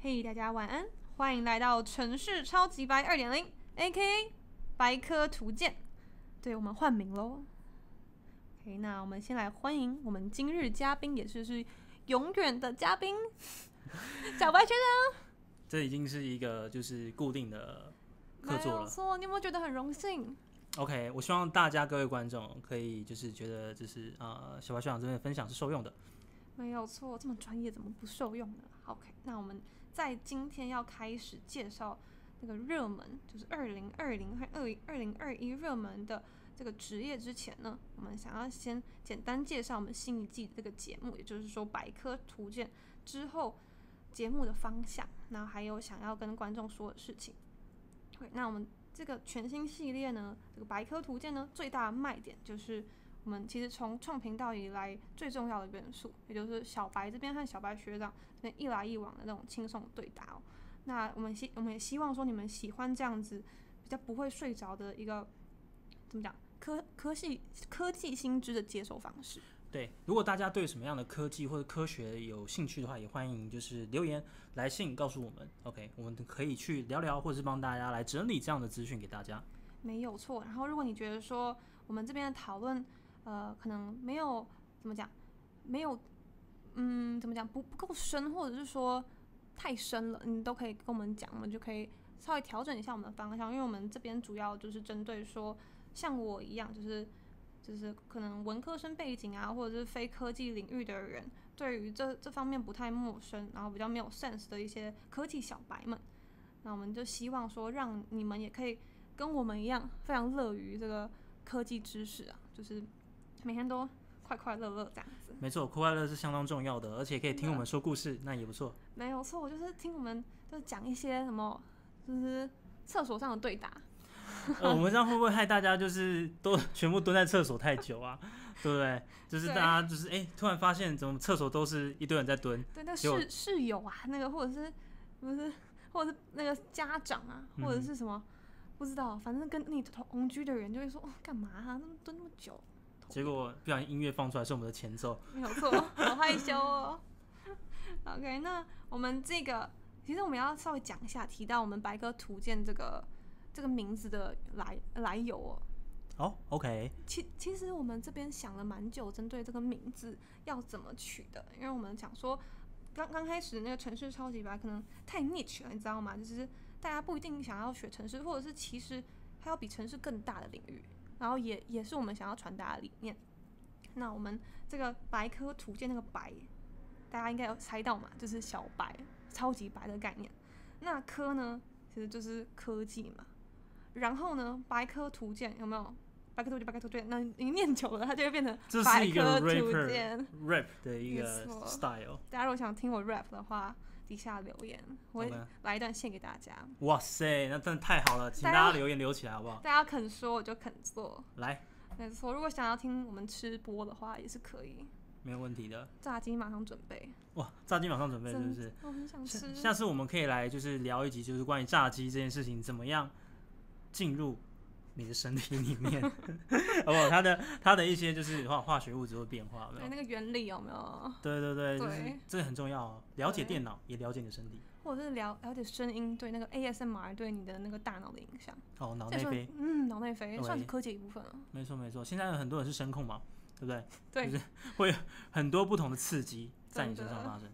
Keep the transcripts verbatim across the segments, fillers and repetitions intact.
嘿、大家晚安，欢迎来到城市超级白 二点零 A K A 白科图鉴。对，我们换名喽。OK， 那我们先来欢迎我们今日嘉宾，也是是永远的嘉宾小白学长。 这已经是一个就是固定的客座了。 没有错，你有没有觉得很荣幸？ OK， 我希望大家各位观众可以就是觉得就是呃小白学长这边的分享是受用的。 没有错，这么专业怎么不受用呢 ？OK， 那我们在今天要开始介绍那个热门，就是二零二零和二零二一热门的这个职业之前呢，我们想要先简单介绍我们新一季的这个节目，也就是说百科图鉴之后节目的方向，然后还有想要跟观众说的事情。对，那我们这个全新系列呢，这个百科图鉴呢，最大的卖点就是我们其实从创频道以来最重要的元素，也就是小白这边和小白学长这边一来一往的那种轻松对答哦。那我们希我们也希望说你们喜欢这样子比较不会睡着的一个怎么讲科科技科技新知的接收方式。 对，如果大家对什么样的科技或者科学有兴趣的话，也欢迎就是留言来信告诉我们。OK， 我们可以去聊聊，或者是帮大家来整理这样的资讯给大家。 没有错。然后如果你觉得说我们这边的讨论，呃，可能没有怎么讲，没有，嗯，怎么讲不不够深，或者是说太深了，你都可以跟我们讲，我们就可以稍微调整一下我们的方向，因为我们这边主要就是针对说像我一样，就是就是可能文科生背景啊，或者是非科技领域的人，对于这这方面不太陌生，然后比较没有 sense 的一些科技小白们，那我们就希望说让你们也可以跟我们一样，非常乐于这个科技知识啊，就是每天都快快乐乐这样子。 没错，快乐是相当重要的，而且可以听我们说故事，那也不错。 没有错，我就是听我们就是讲一些什么，就是厕所上的对答。 呃，我们这样会不会害大家就是都全部蹲在厕所太久啊？对不对？就是大家就是哎、欸，突然发现怎么厕所都是一堆人在蹲。 对，那室室友啊，那个或者是不是，或者是那个家长啊，或者是什么、嗯、不知道，反正跟你同居的人就会说，哦，干嘛啊，那么蹲那么久？ 结果不小心音乐放出来是我们的前奏。 没有错，好害羞哦。OK， 那我们这个其实我们要稍微讲一下，提到我们百科图鉴这个。这个名字的来来由哦。 哦、oh, ，OK。 其其实我们这边想了蛮久，针对这个名字要怎么取的，因为我们想说，刚刚开始那个城市超级白可能太 niche 了，你知道吗？就是大家不一定想要学城市，或者是其实还要比城市更大的领域，然后也也是我们想要传达的理念。那我们这个百科图鉴那个白，大家应该有猜到嘛，就是小白、超级白的概念。那科呢，其实就是科技嘛。然后呢，百科图鉴有没有？百科图鉴，百科图鉴，那你念久了，它就会变成百科图鉴。 rap 的一个 style。 大家如果想听我 rap 的话，底下留言，我会来一段献给大家。 哇塞，那真的太好了，请大家留言留起来好不好？ 大家肯说我就肯做。 来， 没错，如果想要听我们吃播的话，也是可以。 没有问题的。 炸鸡马上准备。 哇，炸鸡马上准备是不是？ 我很想吃。 下次我们可以来就是聊一集，就是关于炸鸡这件事情怎么样进入你的身体里面，好不好？它的它的一些就是化化学物质会变化，有没有？ 对，那个原理有没有？ 对对对， 对就是这个很重要哦。了解电脑，也了解你的身体， 或者是了了解声音对那个 A S M R 对你的那个大脑的影响。 哦，脑内啡， 嗯，脑内啡算是科技一部分了。 没错没错，现在有很多人是声控嘛，对不对？ 对， 就是会有很多不同的刺激在你身上发生。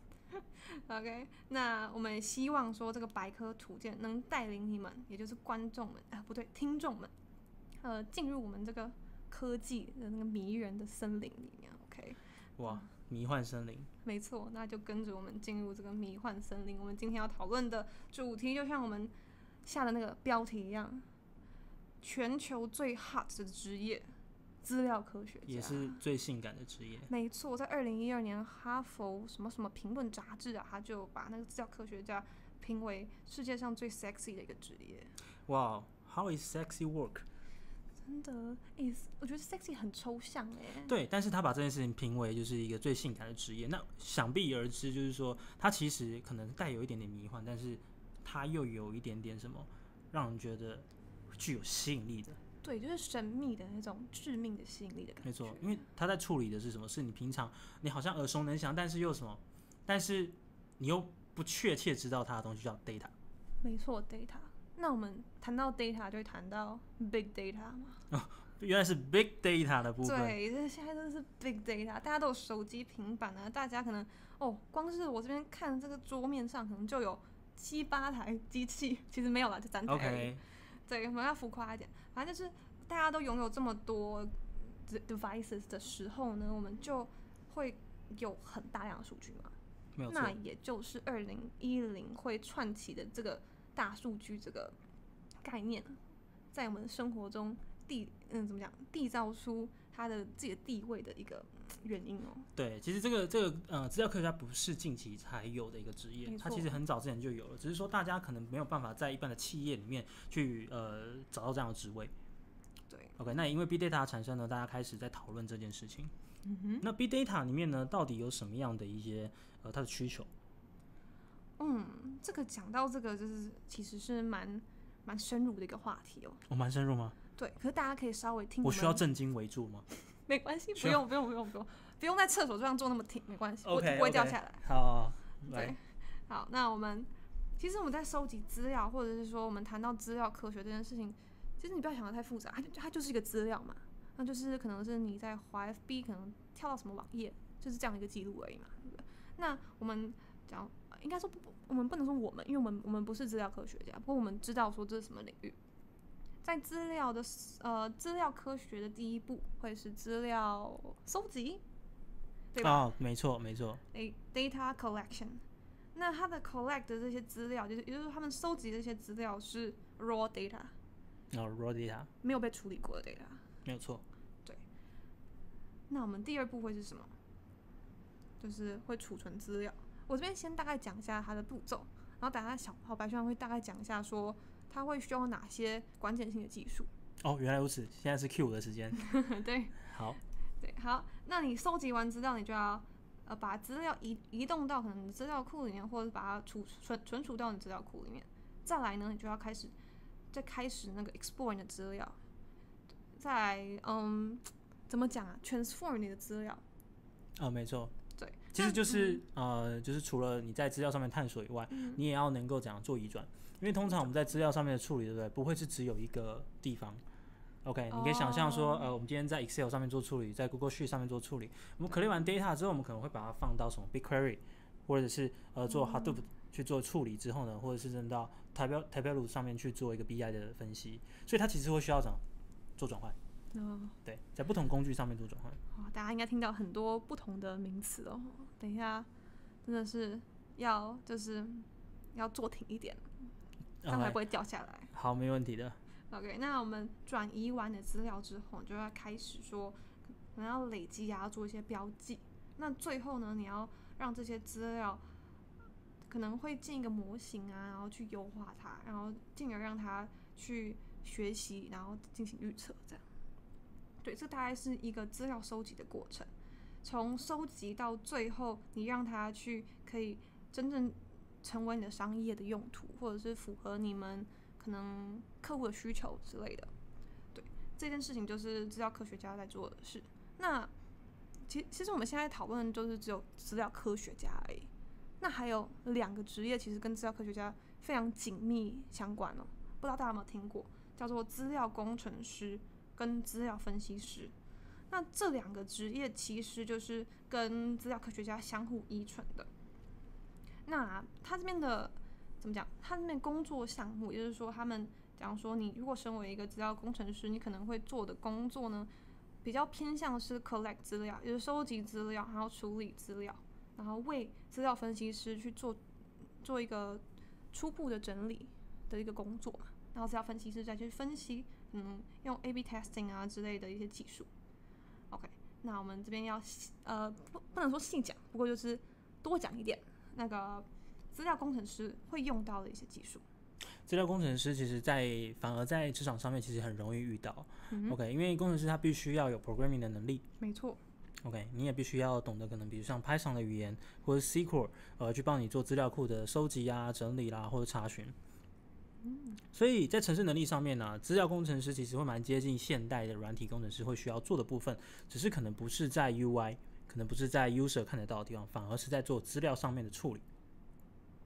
OK， 那我们希望说这个百科图鉴能带领你们，也就是观众们，啊不对，听众们，呃，进入我们这个科技的那个迷人的森林里面。OK， 哇，迷幻森林。 没错，那就跟着我们进入这个迷幻森林。我们今天要讨论的主题，就像我们下的那个标题一样，全球最 hot 的职业。资料科学家也是最性感的职业。 没错，在二零一二年哈佛什么什么评论杂志啊，他就把那个资料科学家评为世界上最 sexy 的一个职业。 哇、wow, how is sexy work？ 真的，欸、我觉得 sexy 很抽象哎。 对，但是他把这件事情评为就是一个最性感的职业，那想必而知，就是说他其实可能带有一点点迷幻，但是他又有一点点什么，让人觉得具有吸引力的。 对，就是神秘的那种致命的吸引力的感觉。 没错，因为他在处理的是什么？是你平常你好像耳熟能详，但是又什么？但是你又不确切知道它的东西叫 data。 没错 ，data。那我们谈到 data 就会谈到 big data 嘛？ 哦，原来是 big data 的部分。 对，这现在真的是 big data，大家都有手机、平板啊，大家可能哦，光是我这边看这个桌面上可能就有七八台机器，其实没有啦，就三台而已。 OK。 对，我们要浮夸一点，反正就是大家都拥有这么多 devices 的时候呢，我们就会有很大量的数据嘛。 没有错。 那也就是二零一零会串起的这个大数据这个概念，在我们生活中缔嗯怎么讲缔造出它的自己的地位的一个原因哦。 对，其实这个这个呃资料科学家不是近期才有的一个职业，它其实很早之前就有了，只是说大家可能没有办法在一般的企业里面去呃找到这样的职位。 对 ，OK， 那因为 Big Data 产生呢，大家开始在讨论这件事情。 嗯哼。 那 Big Data 里面呢，到底有什么样的一些呃它的需求？ 嗯，这个讲到这个就是其实是蛮蛮深入的一个话题哦。 我、哦、蛮深入吗？ 对，可是大家可以稍微听我。 我需要正襟危住吗？ 没关系，不用不用不用不用不用在厕所这样做那么挺，没关系， okay, 不会掉下来。 好, 好， 对，好，那我们其实我们在收集资料，或者是说我们谈到资料科学这件事情，其实你不要想得太复杂，它就它就是一个资料嘛，那就是可能是你在滑 F B 可能跳到什么网页，就是这样一个记录而已嘛，对不对？那我们讲应该说不，我们不能说我们，因为我们我们不是资料科学家，不过我们知道说这是什么领域。在资料的呃资料科学的第一步会是资料搜集，对吧？ 哦，没错没错。 data collection， 那它的 collect 的这些资料，就是也就是说他们收集的这些资料是 raw data， 哦 raw data， 没有被处理过的 data， 没有错。 对。那我们第二步会是什么？就是会储存资料。我这边先大概讲一下它的步骤，然后等下小好白轩会大概讲一下说它会需要哪些关键性的技术。 哦，原来如此，现在是 Q 的时间。 对， 好， 对，好，那你收集完资料，你就要呃把资料移移动到可能资料库里面，或者把它储存存储到你资料库里面。再来呢，你就要开始再开始那个 export 你的资料，再来嗯怎么讲啊 ，transform 你的资料。 哦，没错。 对， 其实就是、嗯、呃，就是除了你在资料上面探索以外，嗯、你也要能够怎样做移转，因为通常我们在资料上面的处理，对不对？不会是只有一个地方。OK， 你可以想象说，呃，我们今天在 Excel 上面做处理，在 Google Sheet 上面做处理，我们 collect 完 data 之后，我们可能会把它放到什么 BigQuery， 或者是呃做 Hadoop 去做处理之后呢，或者是扔到 Tableau 上面去做一个 B I 的分析，所以它其实会需要怎样做转换。 哦， 对，在不同工具上面做转换。 哦，大家应该听到很多不同的名词哦。等一下，真的是要就是要坐挺一点，这样才不会掉下来。 好，没问题的。 OK， 那我们转移完的资料之后，你就要开始说，可能要累积啊，做一些标记。那最后呢，你要让这些资料可能会建一个模型啊，然后去优化它，然后进而让它去学习，然后进行预测，这样。对，这大概是一个资料收集的过程，从收集到最后，你让它去可以真正成为你的商业的用途，或者是符合你们可能客户的需求之类的。对，这件事情就是资料科学家在做的事。那其其实我们现在讨论就是只有资料科学家而已。那还有两个职业其实跟资料科学家非常紧密相关哦，不知道大家有没有听过，叫做资料工程师跟资料分析师。那这两个职业其实就是跟资料科学家相互依存的。那他这边的怎么讲？他这边工作项目，也就是说，他们假如说你如果身为一个资料工程师，你可能会做的工作呢，比较偏向是 collect 资料，也就是收集资料，然后处理资料，然后为资料分析师去做做一个初步的整理的一个工作嘛。然后资料分析师再去分析，嗯，用 A B testing 啊之类的一些技术。OK， 那我们这边要呃不不能说细讲，不过就是多讲一点那个资料工程师会用到的一些技术。 资料工程师其实在反而在职场上面其实很容易遇到、 嗯、 OK， 因为工程师他必须要有 programming 的能力。 没错。 OK， 你也必须要懂得可能比如像 Python 的语言或者 S Q L 呃去帮你做资料库的收集啊、整理啦或者查询。 嗯， 所以在程式能力上面呢、啊，资料工程师其实会蛮接近现代的软体工程师会需要做的部分，只是可能不是在 U I， 可能不是在 user 看得到的地方，反而是在做资料上面的处理。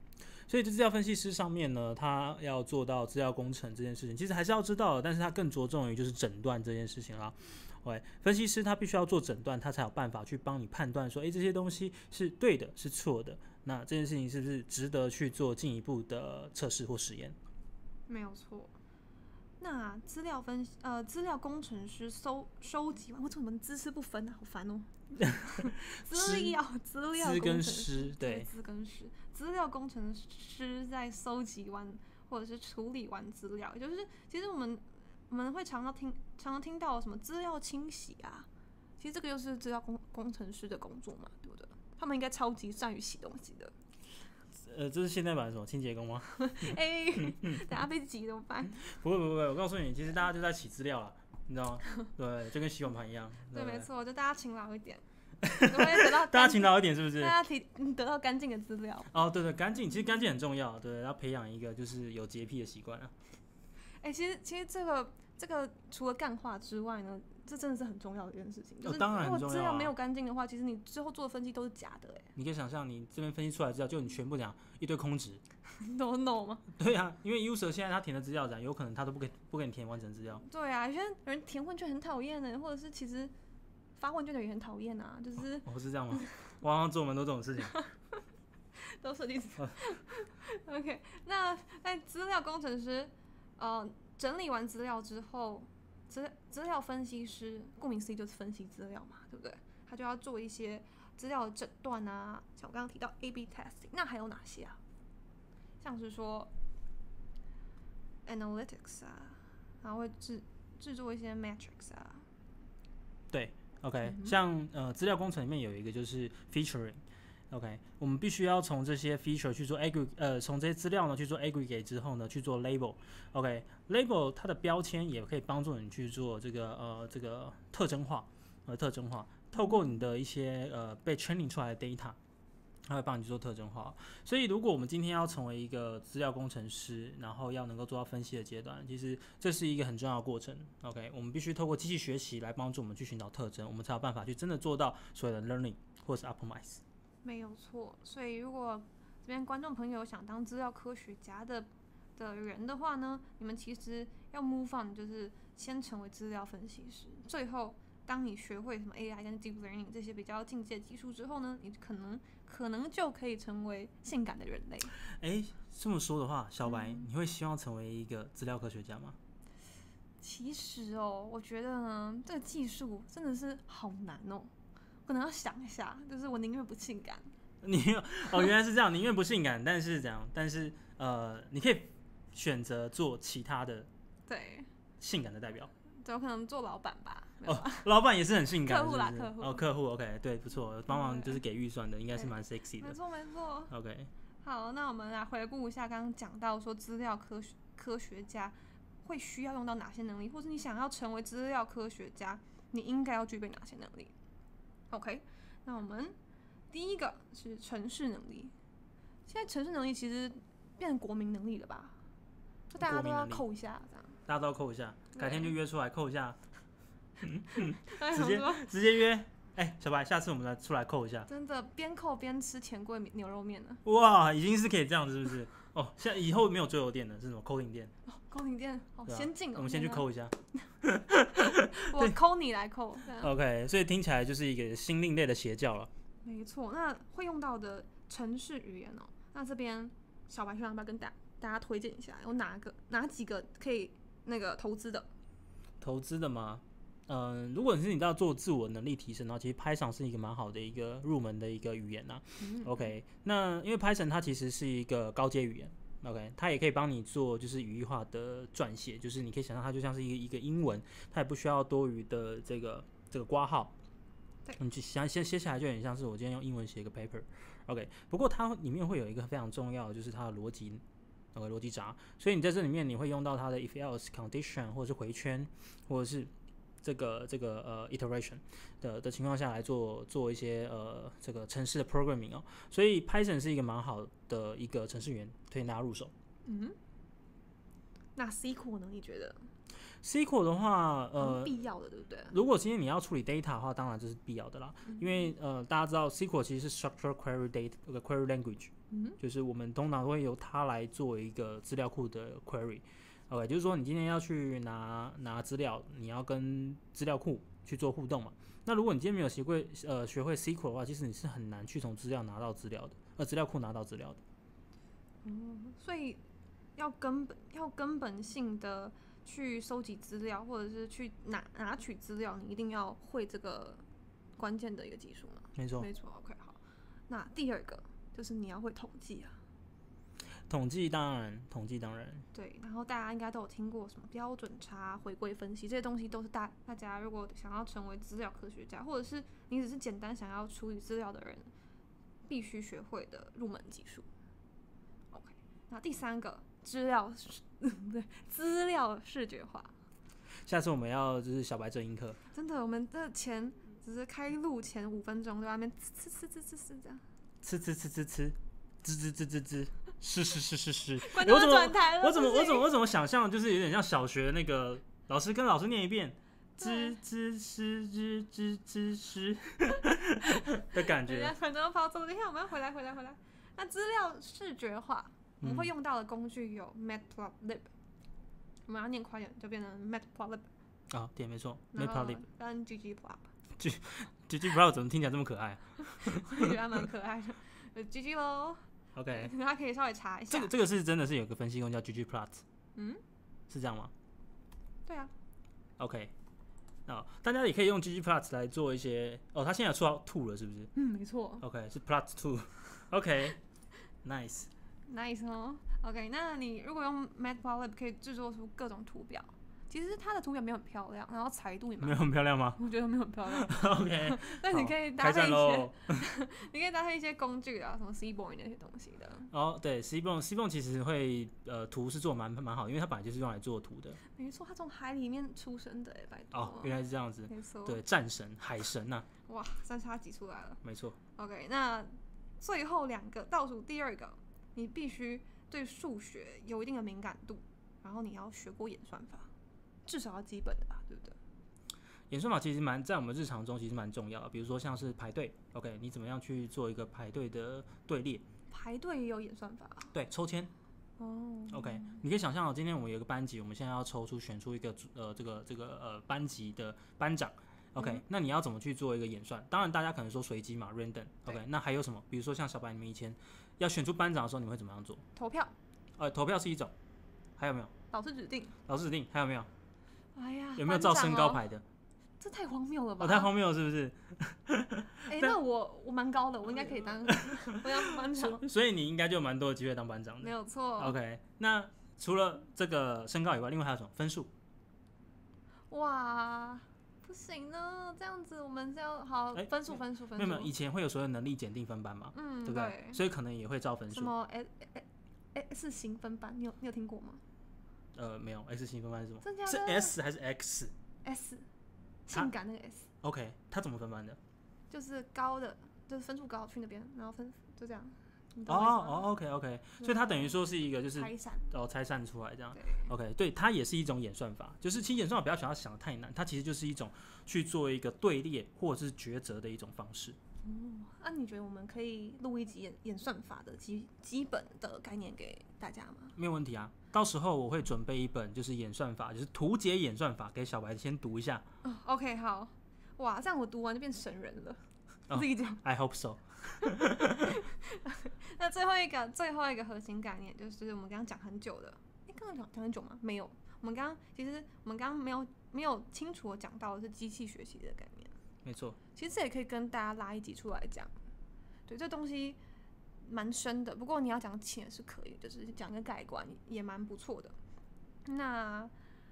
所以资料分析师上面呢，他要做到资料工程这件事情，其实还是要知道的，但是他更着重于就是诊断这件事情啦。OK， 分析师他必须要做诊断，他才有办法去帮你判断说，哎，这些东西是对的，是错的。那这件事情是不是值得去做进一步的测试或实验？ 没有错。那资料分呃资料工程师收收集完，为什么你们姿势不分啊？好烦哦。资料资料资跟工程师师对资跟师资料工程师在收集完或者是处理完资料，也就是其实我们我们会常常听常常听到什么资料清洗啊，其实这个又是资料工工程师的工作嘛，对不对？他们应该超级善于洗东西的。 呃，这是现代版的什么清洁工吗？ 哎、欸，等下被挤怎么办？ 不会不会不会，我告诉你，其实大家就在洗资料了，你知道吗？对，就跟洗碗盘一样。 对，对没错，就大家勤劳一点，就会得到大家勤劳一点，是不是？ 大家提得到干净的资料。 哦，对对，干净，其实干净很重要，对，要培养一个就是有洁癖的习惯啊。 哎、欸，其实其实这个这个除了干话之外呢，这真的是很重要的一件事情。就是当然很重要啊。 如果资料没有干净的话，其实你最后做的分析都是假的、欸。哎， 你可以想象，你这边分析出来的资料，就你全部讲一堆空值。 no no 吗？ 对啊，因为 user 现在他填的资料讲，有可能他都不给不给你填完整资料。 对啊，有些人填问卷很讨厌的，或者是其实发问卷的人也很讨厌啊，就是。 哦，是这样吗？我好像做蛮多这种事情。 都设计。OK， 那在资料工程师，呃，整理完资料之后，资资料分析师，顾名思义就是分析资料嘛，对不对？他就要做一些资料的诊断啊，像我刚刚提到 A B testing， 那还有哪些啊？像是说 analytics 啊，然后会制制作一些 metrics 啊。 对 ，OK，、嗯、 哼像呃资料工程里面有一个就是 featuring。OK， 我们必须要从这些 feature 去做 aggregate， 呃，从这些资料呢去做 aggregate 之后呢，去做 label。OK，label、okay, 它的标签也可以帮助你去做这个呃这个特征化，呃特征化，透过你的一些呃被 training 出来的 data， 它会帮你去做特征化。所以如果我们今天要成为一个资料工程师，然后要能够做到分析的阶段，其实这是一个很重要的过程。OK， 我们必须透过机器学习来帮助我们去寻找特征，我们才有办法去真的做到所谓的 learning 或是 optimize。 没有错，所以如果这边观众朋友想当资料科学家的的人的话呢，你们其实要 move on， 就是先成为资料分析师，最后当你学会什么 A I 跟 Deep Learning 这些比较进阶技术之后呢，你可能可能就可以成为性感的人类。 哎，这么说的话，小白， 嗯、 你会希望成为一个资料科学家吗？ 其实哦，我觉得呢，这个技术真的是好难哦。可能要想一下，就是我宁愿不性感。 你哦，原来是这样，宁愿不性感，但是这样，但是呃，你可以选择做其他的， 对， 性感的代表。 对，我可能做老板吧。 哦，老板也是很性感的， 客户啦， 是不是？ 客户。 哦，客户 ，OK， 对，不错，帮忙就是给预算的，应该是蛮 sexy 的。 没错，没错。 OK， 好，那我们来回顾一下刚刚讲到说资料科学科学家会需要用到哪些能力，或是你想要成为资料科学家，你应该要具备哪些能力。OK， 那我们第一个是程式能力。现在程式能力其实变成国民能力了吧？就大家都要扣一下，这样。 大家都要扣一下，改天就约出来扣一下。 直接直接约，哎、欸，小白，下次我们来出来扣一下。 真的，边扣边吃钱柜牛肉面了。 哇，已经是可以这样子，是不是？哦，现在以后没有桌游店了，是什么扣零店？ 哦，扣零店好先进哦。 我们先去扣一下。 我扣你来扣。 OK， 所以听起来就是一个新另类的邪教了。 没错，那会用到的程式语言哦，那这边小白学长要不要跟大大家推荐一下，有哪个哪几个可以那个投资的？ 投资的吗？嗯、呃，如果你是你要做自我能力提升的话，其实 Python 是一个蛮好的一个入门的一个语言啦、嗯。OK， 那因为 Python 它其实是一个高阶语言 ，OK， 它也可以帮你做就是语义化的撰写，就是你可以想象它就像是一个一个英文，它也不需要多余的这个这个括号。 对， 你想先写下来就有点像是我今天用英文写一个 paper，OK，、okay, 不过它里面会有一个非常重要的就是它的逻辑。呃，逻辑闸，所以你在这里面你会用到它的 if else condition 或者是回圈，或者是这个这个呃 iteration 的的情况下来做做一些呃这个程式的 programming 哦，所以 Python 是一个蛮好的一个程式员，推荐大家入手。 嗯，那 S Q L 呢？你觉得 ？S Q L 的话，呃， 必要的对不对？ 如果今天你要处理 data 的话，当然这是必要的啦， 嗯、 因为呃大家知道 S Q L 其实是 structured query data 呃 query language。 嗯， 就是我们通常会由它来做一个资料库的 query。OK， 就是说你今天要去拿拿资料，你要跟资料库去做互动嘛。那如果你今天没有学会呃学会 S Q L 的话，其实你是很难去从资料拿到资料的，呃资料库拿到资料的。 嗯，所以要根本要根本性的去收集资料，或者是去拿拿取资料，你一定要会这个关键的一个技术嘛。 没错， 没错。OK， 好。那第二个就是你要会统计啊。 统计当然，统计当然。 对，然后大家应该都有听过什么标准差、回归分析这些东西，都是大大家如果想要成为资料科学家，或者是你只是简单想要处理资料的人，必须学会的入门技术。OK， 那第三个资料对资料视觉化。 下次我们要就是小白正音课。 真的，我们这前只是开录前五分钟，在外面呲呲呲呲呲这样， 呲呲呲呲呲，吱吱吱吱吱。是是是是是， 观众转台了。 我怎么我怎么我怎么想象，就是有点像小学那个老师跟老师念一遍，吱吱吱吱吱吱吱的感觉。 人家观众跑走，等一下我们要回来回来回来。那资料视觉化，我们会用到的工具有 Matplotlib，、嗯、我们要念快点就变成 Matplotlib。 啊、哦，对，没错 ，Matplotlib。 跟 ggplot。 ggplot 怎么听起来这么可爱、啊？ 我觉得还蛮可爱的。G G 咯。 OK， 大家可以稍微查一下。 这个这个是真的是有个分析工叫 ggplot， 嗯， 是这样吗？ 对啊。 OK， 哦，大家也可以用 ggplot 来做一些哦，它现在有出到 two 了，是不是？ 嗯，没错。 OK， 是 plot two。OK，nice，nice、 okay, nice 哦。OK， 那你如果用 Matplotlib 可以制作出各种图表。其实它的图表没有很漂亮，然后彩度也蛮没有很漂亮吗？ 我觉得没有很漂亮。 OK， 但你可以搭配一些，你可以搭配一些工具啊，什么 Seaborn 那些东西的。 哦，对 ，Seaborn Seaborn 其实会呃图是做蛮蛮好，因为它本来就是用来做图的。 没错，它从海里面出生的哎，拜托。 哦，原来是这样子。 没错。 对，战神、海神呐、啊。 哇，三叉戟出来了。 没错。 OK， 那最后两个，倒数第二个，你必须对数学有一定的敏感度，然后你要学过演算法。至少要基本的吧，对不对？ 演算法其实蛮在我们日常中其实蛮重要的，比如说像是排队 ，OK， 你怎么样去做一个排队的队列？ 排队也有演算法、啊？ 对，抽签。 哦、 oh, ，OK， 你可以想象哦，今天我们有一个班级，我们现在要抽出选出一个呃这个这个呃班级的班长 ，OK，、嗯、那你要怎么去做一个演算？当然大家可能说随机嘛 ，random，OK，、okay, 那还有什么？比如说像小白你们以前要选出班长的时候，你会怎么样做？ 投票。 呃，投票是一种，还有没有？ 老师指定。 老师指定，还有没有？ 哎呀， 有没有照身高排的？ 哦、这太荒谬了吧！ 哦，太荒谬了，是不是？ 哎、欸，那我我蛮高的，我应该可以当，我当班长。 所以你应该就有蛮多的机会当班长的。 没有错。 OK， 那除了这个身高以外，另外还有什么分数？ 哇，不行呢，这样子我们就要好分数分数分数。 没有没有，以前会有所有能力检定分班嘛， 嗯， 对不对？对，所以可能也会照分数。 什么 S S 型分班，你有你有听过吗？ 呃，没有 ，S 型分班是什么？ 真假的？ 是 S 还是 X？S， 性感那个 S。 OK， 它怎么分班的？ 就是高的，就是分数高去那边，然后分就这样。 哦哦 ，OK OK， 所以它等于说是一个就是拆散， 哦拆散出来这样。 对 OK， 对，它也是一种演算法，就是其实演算法不要想要想的太难，它其实就是一种去做一个队列或者是抉择的一种方式。 哦，那、啊、你觉得我们可以录一集演演算法的基基本的概念给大家吗？ 没有问题啊，到时候我会准备一本就是演算法，就是图解演算法给小白先读一下。 哦 OK， 好，哇，这样我读完就变神人了。 哦、 自己讲 ，I hope so 。 那最后一个最后一个核心概念就是我们刚刚讲很久的，哎，刚刚讲讲很久吗？没有，我们刚刚其实我们刚刚没有没有清楚的讲到的是机器学习的概念。 没错， 其实这也可以跟大家拉一集出来讲。对，这东西蛮深的，不过你要讲浅是可以，就是讲一个概观也蛮不错的。那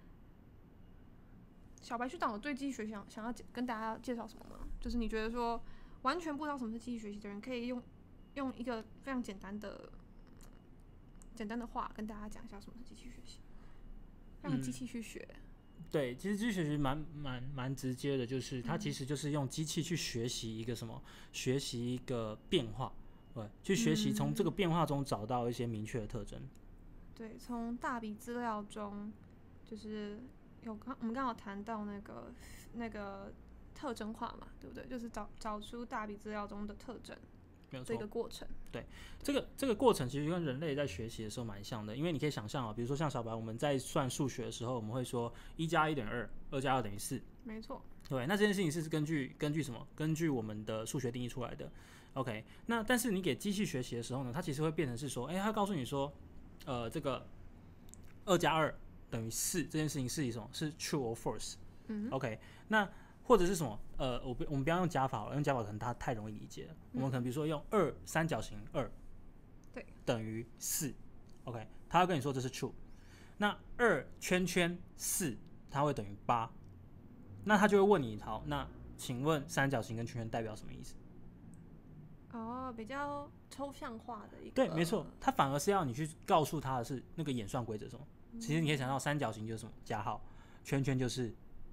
小白学长，我对机器学习想想要跟大家介绍什么呢？就是你觉得说完全不知道什么是机器学习的人，可以用用一个非常简单的简单的话跟大家讲一下什么是机器学习，让机器去学。嗯， 对，其实机器学习蛮蛮蛮直接的，就是它其实就是用机器去学习一个什么，学习一个变化，对，去学习从这个变化中找到一些明确的特征。 对，从大笔资料中，就是有刚我们刚好谈到那个那个特征化嘛，对不对？就是找找出大笔资料中的特征。 没有错这个过程。 对，这个这个过程其实跟人类在学习的时候蛮像的，因为你可以想象啊，比如说像小白，我们在算数学的时候，我们会说一加一等于二，二加二等于四。 没错。 对，那这件事情是根据根据什么？根据我们的数学定义出来的。OK， 那但是你给机器学习的时候呢，它其实会变成是说，哎、欸，它告诉你说，呃，这个二加二等于四这件事情是一种是 true or false。 嗯 OK， 那或者是什么？呃，我不我们不要用加法了，用加法可能它太容易理解了。嗯、我们可能比如说用二三角形二， 对， 等于四。OK， 它会跟你说这是 true。那二圈圈四，它会等于八。那他就会问你，好，那请问三角形跟圈圈代表什么意思？ 哦，比较抽象化的一个。 对，没错，他反而是要你去告诉他的是那个演算规则是什么。嗯、其实你可以想到，三角形就是什么加号，圈圈就是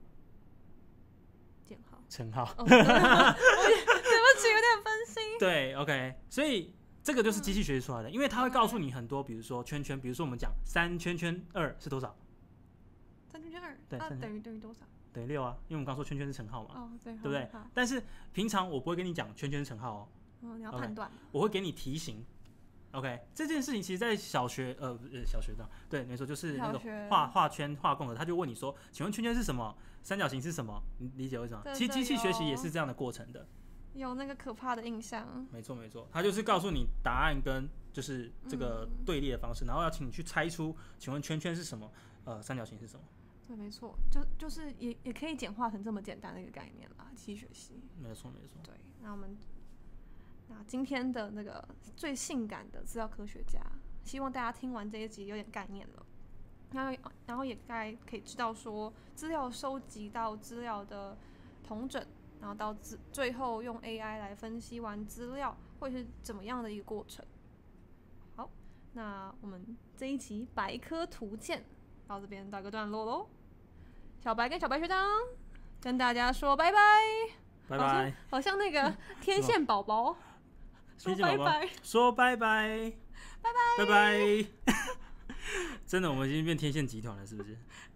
减号、 乘号。 哦、对, 对不起，有点分心。 对 ，OK， 所以这个就是机器学习出来的，因为它会告诉你很多，比如说圈圈，比如说我们讲三圈圈二是多少？ 三圈圈二， 对， 啊、等于等于多少？ 等于六啊，因为我们刚说圈圈是乘号嘛， 哦，对，对不对？但是平常我不会跟你讲圈圈是乘号哦， 哦，你要判断， okay, 我会给你题型。OK， 这件事情其实，在小学呃呃小学的，对，没错，就是那个画画圈画共的，他就问你说，请问圈圈是什么？三角形是什么？你理解为什么？其实机器学习也是这样的过程的。 有那个可怕的印象。 没错没错，他就是告诉你答案跟就是这个队列的方式，嗯、然后要请你去猜出，请问圈圈是什么？呃，三角形是什么？ 对，没错，就就是也也可以简化成这么简单的一个概念啦，机器学习。 没错没错。 对，那我们那今天的那个最性感的资料科学家，希望大家听完这一集有点概念了，然后然后也大概可以知道说，资料收集到资料的统整，然后到资最后用 A I 来分析完资料，会是怎么样的一个过程。好，那我们这一集百科图鉴到这边到一个段落喽。小白跟小白学长跟大家说拜拜， 拜拜， 好, 好像那个天线宝宝说拜拜， 说拜拜， 拜拜， 拜拜。真的，我们已经变天线集团了，是不是？